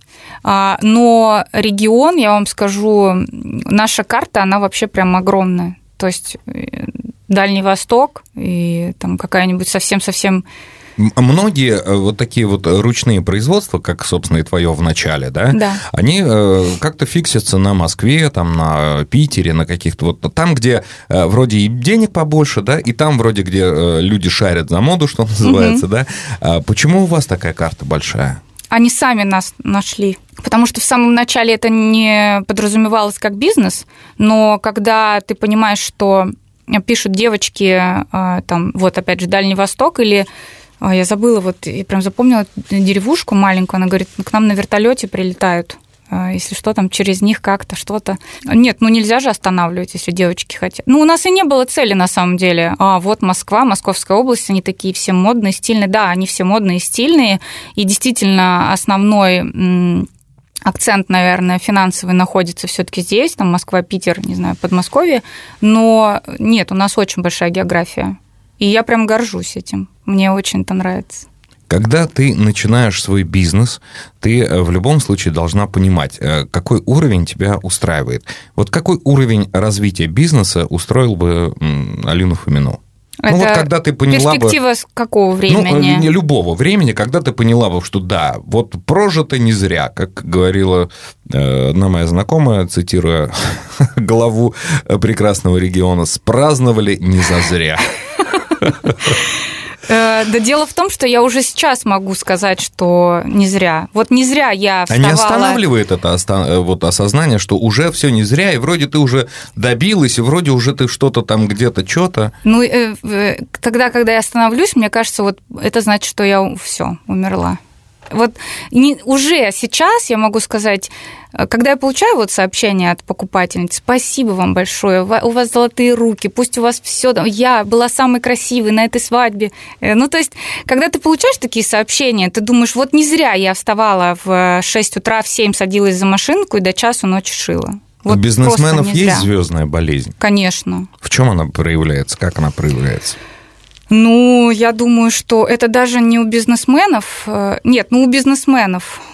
Но регион, я вам скажу, наша карта, она вообще прям огромная. То есть Дальний Восток и там какая-нибудь совсем-совсем
Многие вот такие вот ручные производства, как, собственно, и твое в начале, да. Они как-то фиксятся на Москве, там, на Питере, на каких-то вот там, где вроде и денег побольше, да, и там вроде где люди шарят за моду, что называется, да. Почему у вас такая карта большая?
Они сами нас нашли, потому что в самом начале это не подразумевалось как бизнес, но когда ты понимаешь, что пишут девочки, там, вот опять же, Дальний Восток или... Я забыла, вот, и прям запомнила деревушку маленькую, она говорит, к нам на вертолете прилетают, если что, там через них как-то что-то. Нет, нельзя же останавливать, если девочки хотят. У нас и не было цели на самом деле. Вот Москва, Московская область, они такие все модные, стильные. Да, они все модные, стильные, и действительно основной акцент, наверное, финансовый находится все-таки здесь, там Москва, Питер, не знаю, Подмосковье, но нет, у нас очень большая география. И я прям горжусь этим. Мне очень это нравится.
Когда ты начинаешь свой бизнес, ты в любом случае должна понимать, какой уровень тебя устраивает. Вот какой уровень развития бизнеса устроил бы Алину Фомину?
Это вот когда ты поняла перспектива с какого времени?
Любого времени, когда ты поняла бы, что да, вот прожито не зря, как говорила одна моя знакомая, цитируя главу прекрасного региона, спраздновали не зазря.
Да дело в том, что я уже сейчас могу сказать, что не зря. Вот не зря я вставала...
А не останавливает это вот осознание, что уже все не зря, и вроде ты уже добилась, и вроде уже ты что-то там где-то, что-то...
Когда я остановлюсь, мне кажется, вот это значит, что я все умерла. Вот уже сейчас я могу сказать, когда я получаю вот сообщение от покупательниц, спасибо вам большое, у вас золотые руки, пусть у вас все, я была самой красивой на этой свадьбе. То есть, когда ты получаешь такие сообщения, ты думаешь, вот не зря я вставала в 6 утра, в 7 садилась за машинку и до часу ночи шила. Вот
у бизнесменов есть звездная болезнь?
Конечно.
В чем она проявляется? Как она проявляется?
Я думаю, что это даже не у бизнесменов. Нет, у бизнесменов.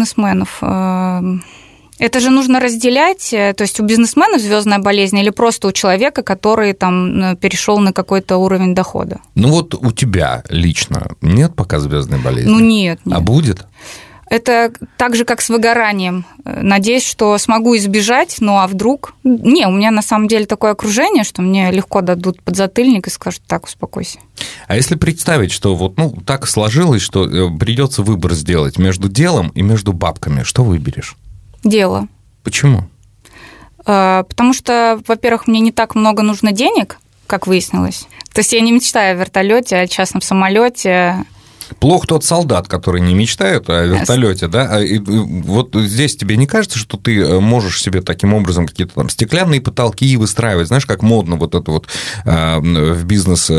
Это же нужно разделять. То есть у бизнесменов звездная болезнь или просто у человека, который там перешел на какой-то уровень дохода?
Вот у тебя лично нет пока звездной болезни?
Нет.
А будет?
Это так же, как с выгоранием. Надеюсь, что смогу избежать, а вдруг... у меня на самом деле такое окружение, что мне легко дадут подзатыльник и скажут, так, успокойся.
А если представить, что так сложилось, что придется выбор сделать между делом и между бабками, что выберешь?
Дело.
Почему?
Потому что, во-первых, мне не так много нужно денег, как выяснилось. То есть я не мечтаю о вертолете, о частном самолете.
Плох тот солдат, который не мечтает о вертолете, да? И вот здесь тебе не кажется, что ты можешь себе таким образом какие-то там стеклянные потолки выстраивать, знаешь, как модно вот это вот в бизнес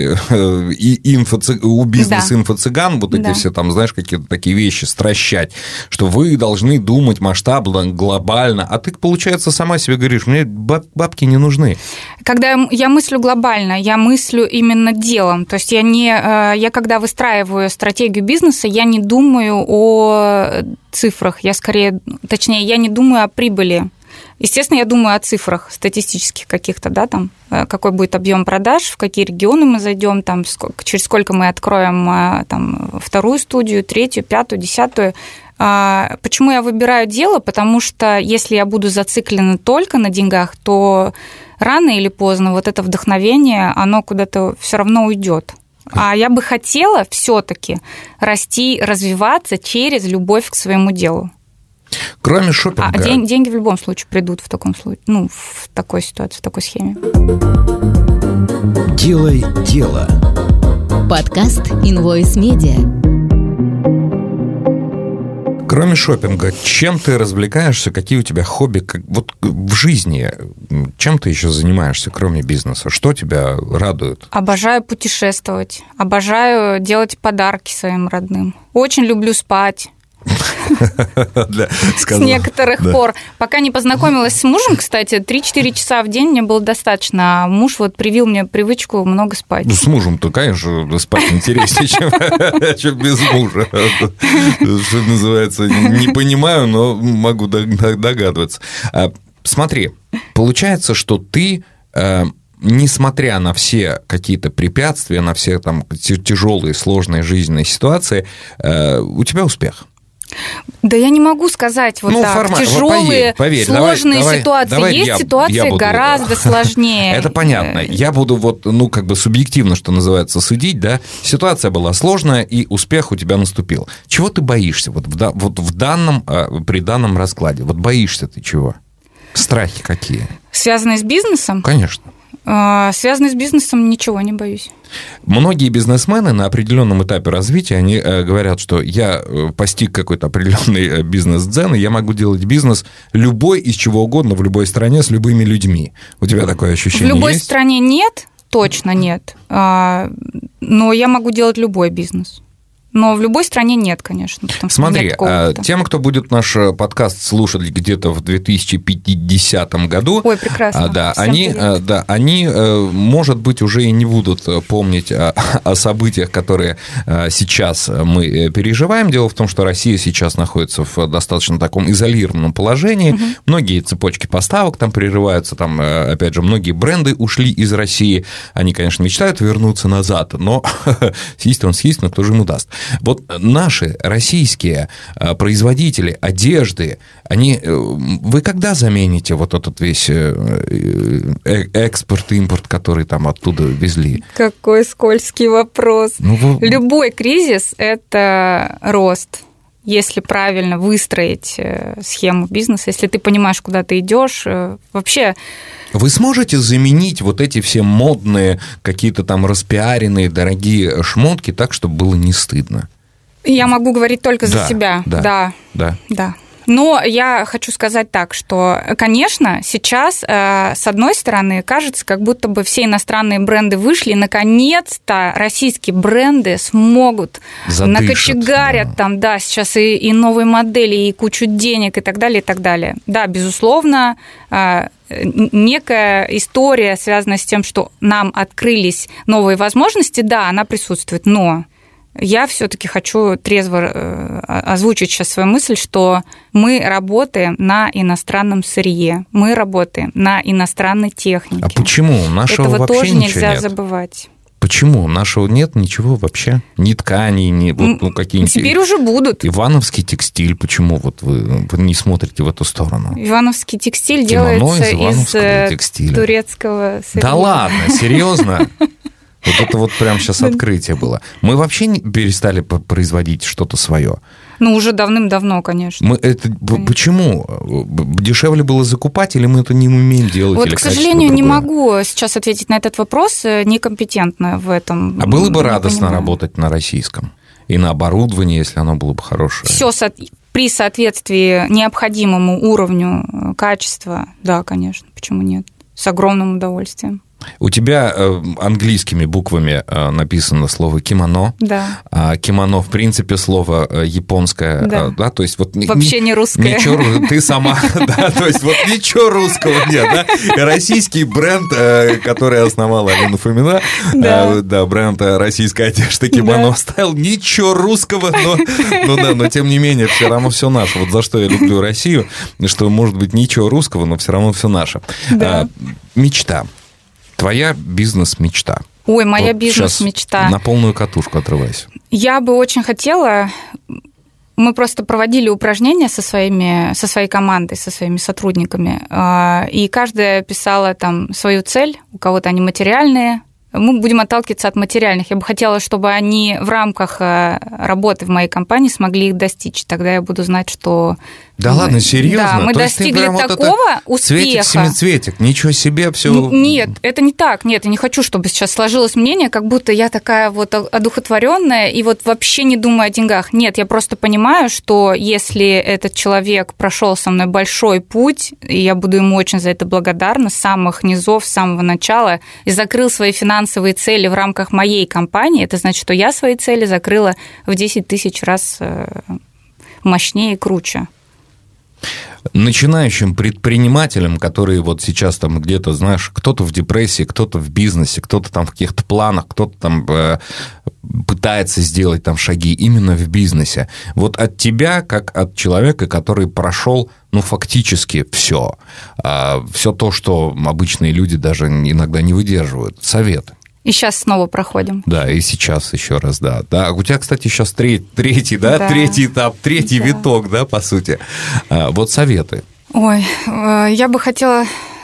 у бизнес-инфо-цыган вот эти все там, знаешь, какие-то такие вещи стращать, что вы должны думать масштабно, глобально, а ты, получается, сама себе говоришь, мне бабки не нужны.
Когда я мыслю глобально, я мыслю именно делом, то есть я когда выстраиваю стратегию бизнеса, я не думаю о цифрах, я не думаю о прибыли. Естественно, я думаю о цифрах статистических каких-то, да, там, какой будет объем продаж, в какие регионы мы зайдем, там, через сколько мы откроем там, вторую студию, третью, пятую, десятую. Почему я выбираю дело? Потому что если я буду зациклена только на деньгах, то рано или поздно вот это вдохновение, оно куда-то все равно уйдет. А я бы хотела все-таки расти, развиваться через любовь к своему делу.
Кроме шопинга.
А деньги в любом случае придут в таком случае, в такой ситуации, в такой схеме.
Делай дело.
Подкаст Invoice Media.
Кроме шопинга, чем ты развлекаешься, какие у тебя хобби вот в жизни? Чем ты еще занимаешься, кроме бизнеса? Что тебя радует?
Обожаю путешествовать, обожаю делать подарки своим родным. Очень люблю спать. С некоторых пор. Пока не познакомилась с мужем, кстати, 3-4 часа в день мне было достаточно. А муж привил мне привычку много спать.
С мужем-то, конечно, спать интереснее, чем без мужа. Что называется, не понимаю, но могу догадываться. Смотри, получается, что ты несмотря на все какие-то препятствия, на все там тяжелые, сложные жизненные ситуации, у тебя успех?
Да я не могу сказать вот так. Тяжелые, поверь, сложные ситуации. Давай есть ситуации гораздо сложнее.
Это понятно. Я буду субъективно, что называется, судить, да. Ситуация была сложная, и успех у тебя наступил. Чего ты боишься при данном раскладе? Вот боишься ты чего? Страхи какие?
Связанные с бизнесом?
Конечно.
Связанные с бизнесом ничего не боюсь.
Многие бизнесмены на определенном этапе развития, они говорят, что я постиг какой-то определенный бизнес-дзен, и я могу делать бизнес любой, из чего угодно, в любой стране, с любыми людьми. У тебя такое ощущение есть?
В любой стране нет, точно нет, но я могу делать любой бизнес. Но в любой стране нет, конечно.
Смотри, тем, кто будет наш подкаст слушать где-то в 2050 году,
ой, прекрасно.
Да, они, может быть, уже и не будут помнить о событиях, которые сейчас мы переживаем. Дело в том, что Россия сейчас находится в достаточно таком изолированном положении. Угу. Многие цепочки поставок там прерываются, там, опять же, многие бренды ушли из России. Они, конечно, мечтают вернуться назад, но съесть он съесть, но кто же ему даст? Вот наши российские производители одежды, вы когда замените вот этот весь экспорт, импорт, который там оттуда везли?
Какой скользкий вопрос. Любой кризис – это рост. Если правильно выстроить схему бизнеса, если ты понимаешь, куда ты идешь, вообще...
Вы сможете заменить вот эти все модные, какие-то там распиаренные, дорогие шмотки так, чтобы было не стыдно?
Я могу говорить только за себя. Да. Но я хочу сказать так, что, конечно, сейчас, с одной стороны, кажется, как будто бы все иностранные бренды вышли, и, наконец-то, российские бренды смогут накочегарят там, сейчас и новые модели, и кучу денег, и так далее, и так далее. Да, безусловно, некая история, связанная с тем, что нам открылись новые возможности, да, она присутствует, но... Я все-таки хочу трезво озвучить сейчас свою мысль, что мы работаем на иностранном сырье, мы работаем на иностранной технике.
А почему? Нашего
этого
вообще
тоже нельзя
нет.
забывать.
Почему? Нашего нет ничего вообще? Ни тканей, ни какие-нибудь...
Теперь уже будут.
Ивановский текстиль. Почему вот вы не смотрите в эту сторону?
Ивановский текстиль делается из турецкого сырья.
Да ладно, серьезно? Вот это вот прямо сейчас открытие было. Мы вообще не перестали производить что-то свое.
Уже давным-давно, конечно.
Почему? Дешевле было закупать, или мы это не умеем делать?
Вот, к сожалению, не могу сейчас ответить на этот вопрос, некомпетентна в этом.
А было бы радостно работать на российском? И на оборудовании, если оно было бы хорошее?
Все при соответствии необходимому уровню качества, да, конечно, почему нет? С огромным удовольствием.
У тебя английскими буквами написано слово «кимоно».
Да.
А кимоно, в принципе, слово японское. Да. То есть вот
вообще не русское.
Ничего, ты сама, да, то есть вот ничего русского нет, да. Российский бренд, который основала Алина Фомина, да, бренд российской одежды «Кимоно» ставил, ничего русского, но тем не менее, все равно все наше. Вот за что я люблю Россию, что, может быть, ничего русского, но все равно все наше.
Да.
Мечта. Твоя бизнес-мечта.
Ой, моя бизнес-мечта.
На полную катушку отрывайся.
Я бы очень хотела... Мы просто проводили упражнения со своей командой, со своими сотрудниками, и каждая писала там свою цель, у кого-то они материальные. Мы будем отталкиваться от материальных. Я бы хотела, чтобы они в рамках работы в моей компании смогли их достичь. Тогда я буду знать, что...
Да ладно, серьезно?
Да, мы достигли такого успеха.
Цветик, ничего себе, все.
Нет, это не так. Нет, я не хочу, чтобы сейчас сложилось мнение, как будто я такая вот одухотворенная и вот вообще не думаю о деньгах. Нет, я просто понимаю, что если этот человек прошел со мной большой путь, и я буду ему очень за это благодарна, с самых низов, с самого начала, и закрыл свои финансовые цели в рамках моей компании, это значит, что я свои цели закрыла в 10 тысяч раз мощнее и круче.
Начинающим предпринимателям, которые вот сейчас там где-то, знаешь, кто-то в депрессии, кто-то в бизнесе, кто-то там в каких-то планах, кто-то там пытается сделать там шаги именно в бизнесе. Вот от тебя, как от человека, который прошел, ну, фактически все то, что обычные люди даже иногда не выдерживают, советы.
И сейчас снова проходим.
Да, и сейчас еще раз, да. Да, у тебя, кстати, сейчас третий этап, третий виток, да, по сути. Вот советы.
Ой, я бы хотела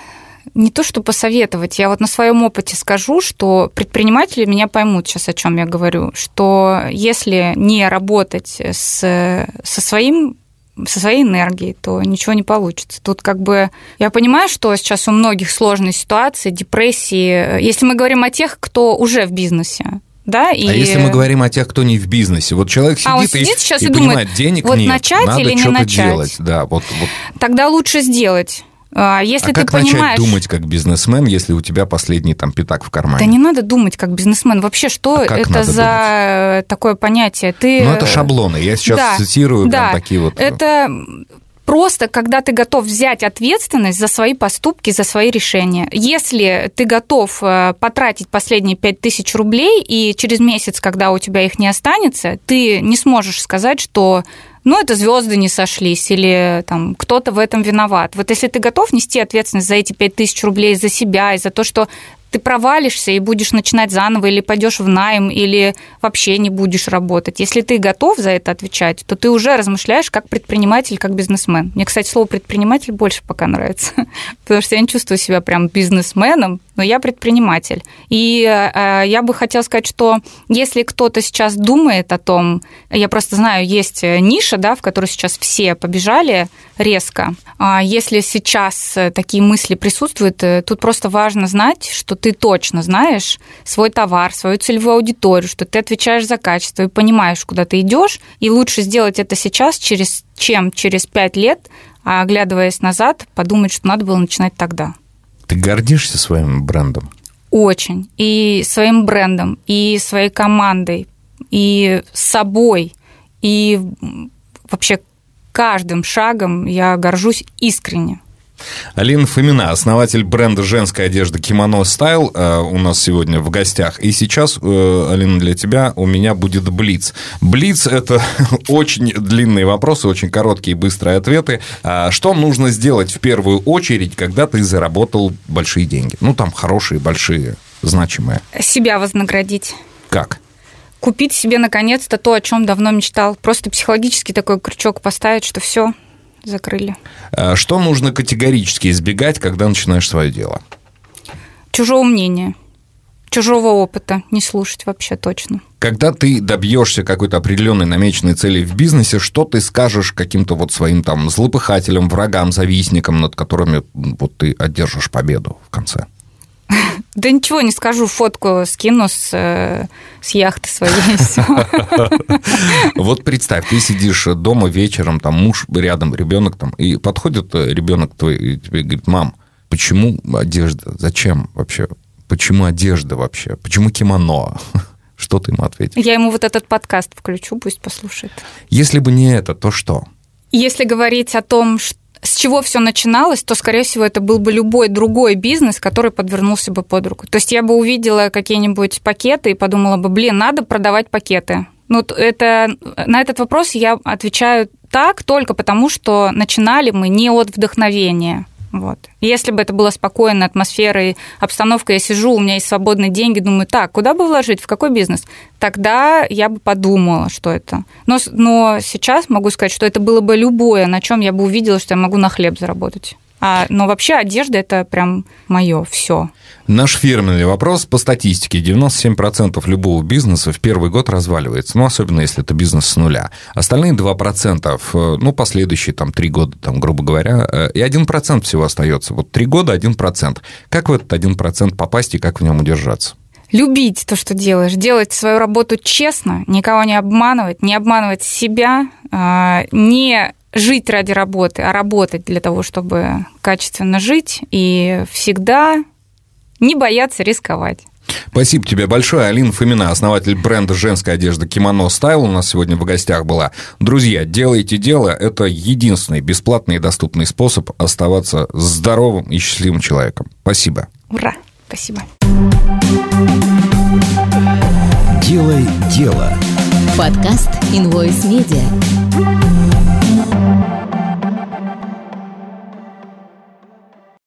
не то что посоветовать, я вот на своем опыте скажу, что предприниматели меня поймут сейчас, о чем я говорю, что если не работать со своей энергией, то ничего не получится. Тут как бы я понимаю, что сейчас у многих сложные ситуации, депрессии. Если мы говорим о тех, кто уже в бизнесе, да, и...
А если мы говорим о тех, кто не в бизнесе? Вот человек сидит
сейчас
и
думает,
понимает, денег
вот
нет,
начать
надо
или не
что-то
начать.
делать. Да, вот.
Тогда лучше сделать. Если ты
как
понимаешь...
начать думать как бизнесмен, если у тебя последний там пятак в кармане?
Да не надо думать как бизнесмен. Вообще, что это за такое понятие?
Ну, это шаблоны. Я сейчас цитирую прям такие вот...
Это... Просто, когда ты готов взять ответственность за свои поступки, за свои решения. Если ты готов потратить последние 5000 рублей, и через месяц, когда у тебя их не останется, ты не сможешь сказать, что это звезды не сошлись, или там кто-то в этом виноват. Вот если ты готов нести ответственность за эти 5000 рублей, за себя, и за то, что ты провалишься и будешь начинать заново, или пойдешь в найм, или вообще не будешь работать. Если ты готов за это отвечать, то ты уже размышляешь как предприниматель, как бизнесмен. Мне, кстати, слово «предприниматель» больше пока нравится, потому что я не чувствую себя прям бизнесменом, но я предприниматель. И я бы хотела сказать, что если кто-то сейчас думает о том, я просто знаю, есть ниша, да, в которую сейчас все побежали резко. Если сейчас такие мысли присутствуют, тут просто важно знать, что ты точно знаешь свой товар, свою целевую аудиторию, что ты отвечаешь за качество и понимаешь, куда ты идешь, и лучше сделать это сейчас, чем через 5 лет, оглядываясь назад, подумать, что надо было начинать тогда.
Ты гордишься своим брендом?
Очень. И своим брендом, и своей командой, и собой, и вообще каждым шагом я горжусь искренне.
Алина Фомина, основатель бренда женской одежды Kimono Style, у нас сегодня в гостях. И сейчас, Алина, для тебя у меня будет блиц. Блиц – это очень длинные вопросы, очень короткие и быстрые ответы. Что нужно сделать в первую очередь, когда ты заработал большие деньги? Ну, там хорошие, большие, значимые.
Себя вознаградить.
Как?
Купить себе, наконец-то, то, о чем давно мечтал. Просто психологически такой крючок поставить, что все закрыли.
Что нужно категорически избегать, когда начинаешь свое дело?
Чужого мнения, чужого опыта не слушать вообще точно.
Когда ты добьешься какой-то определенной намеченной цели в бизнесе, что ты скажешь каким-то вот своим там злопыхателям, врагам, завистникам, над которыми вот ты одержишь победу в конце?
Да ничего не скажу, фотку скину с яхты своей.
Вот представь, ты сидишь дома вечером, там муж рядом, ребенок там, и подходит ребенок твой и тебе говорит: мам, почему одежда? Зачем вообще? Почему одежда вообще? Почему кимоно? Что ты ему ответишь? Я
ему вот этот подкаст включу, пусть послушает.
Если бы не это, то что?
Если говорить о том, с чего все начиналось, то, скорее всего, это был бы любой другой бизнес, который подвернулся бы под руку. То есть я бы увидела какие-нибудь пакеты и подумала бы: надо продавать пакеты. На этот вопрос я отвечаю так только потому, что начинали мы не от вдохновения. Вот. Если бы это была спокойная атмосфера и обстановка, я сижу, у меня есть свободные деньги, думаю, так, куда бы вложить, в какой бизнес? Тогда я бы подумала, что это. Но сейчас могу сказать, что это было бы любое, на чем я бы увидела, что я могу на хлеб заработать. Но вообще одежда – это прям мое все.
Наш фирменный вопрос по статистике. 97% любого бизнеса в первый год разваливается, особенно если это бизнес с нуля. Остальные 2%, последующие 3 года, грубо говоря, и 1% всего остается. Вот 3 года – 1%. Как в этот 1% попасть и как в нем удержаться?
Любить то, что делаешь, делать свою работу честно, никого не обманывать себя, не жить ради работы, а работать для того, чтобы качественно жить, и всегда не бояться рисковать.
Спасибо тебе большое. Алина Фомина, основатель бренда женской одежды Kimono Style, у нас сегодня в гостях была. Друзья, делайте дело. Это единственный бесплатный и доступный способ оставаться здоровым и счастливым человеком. Спасибо.
Ура! Спасибо.
Делай дело.
Подкаст Invoice Media.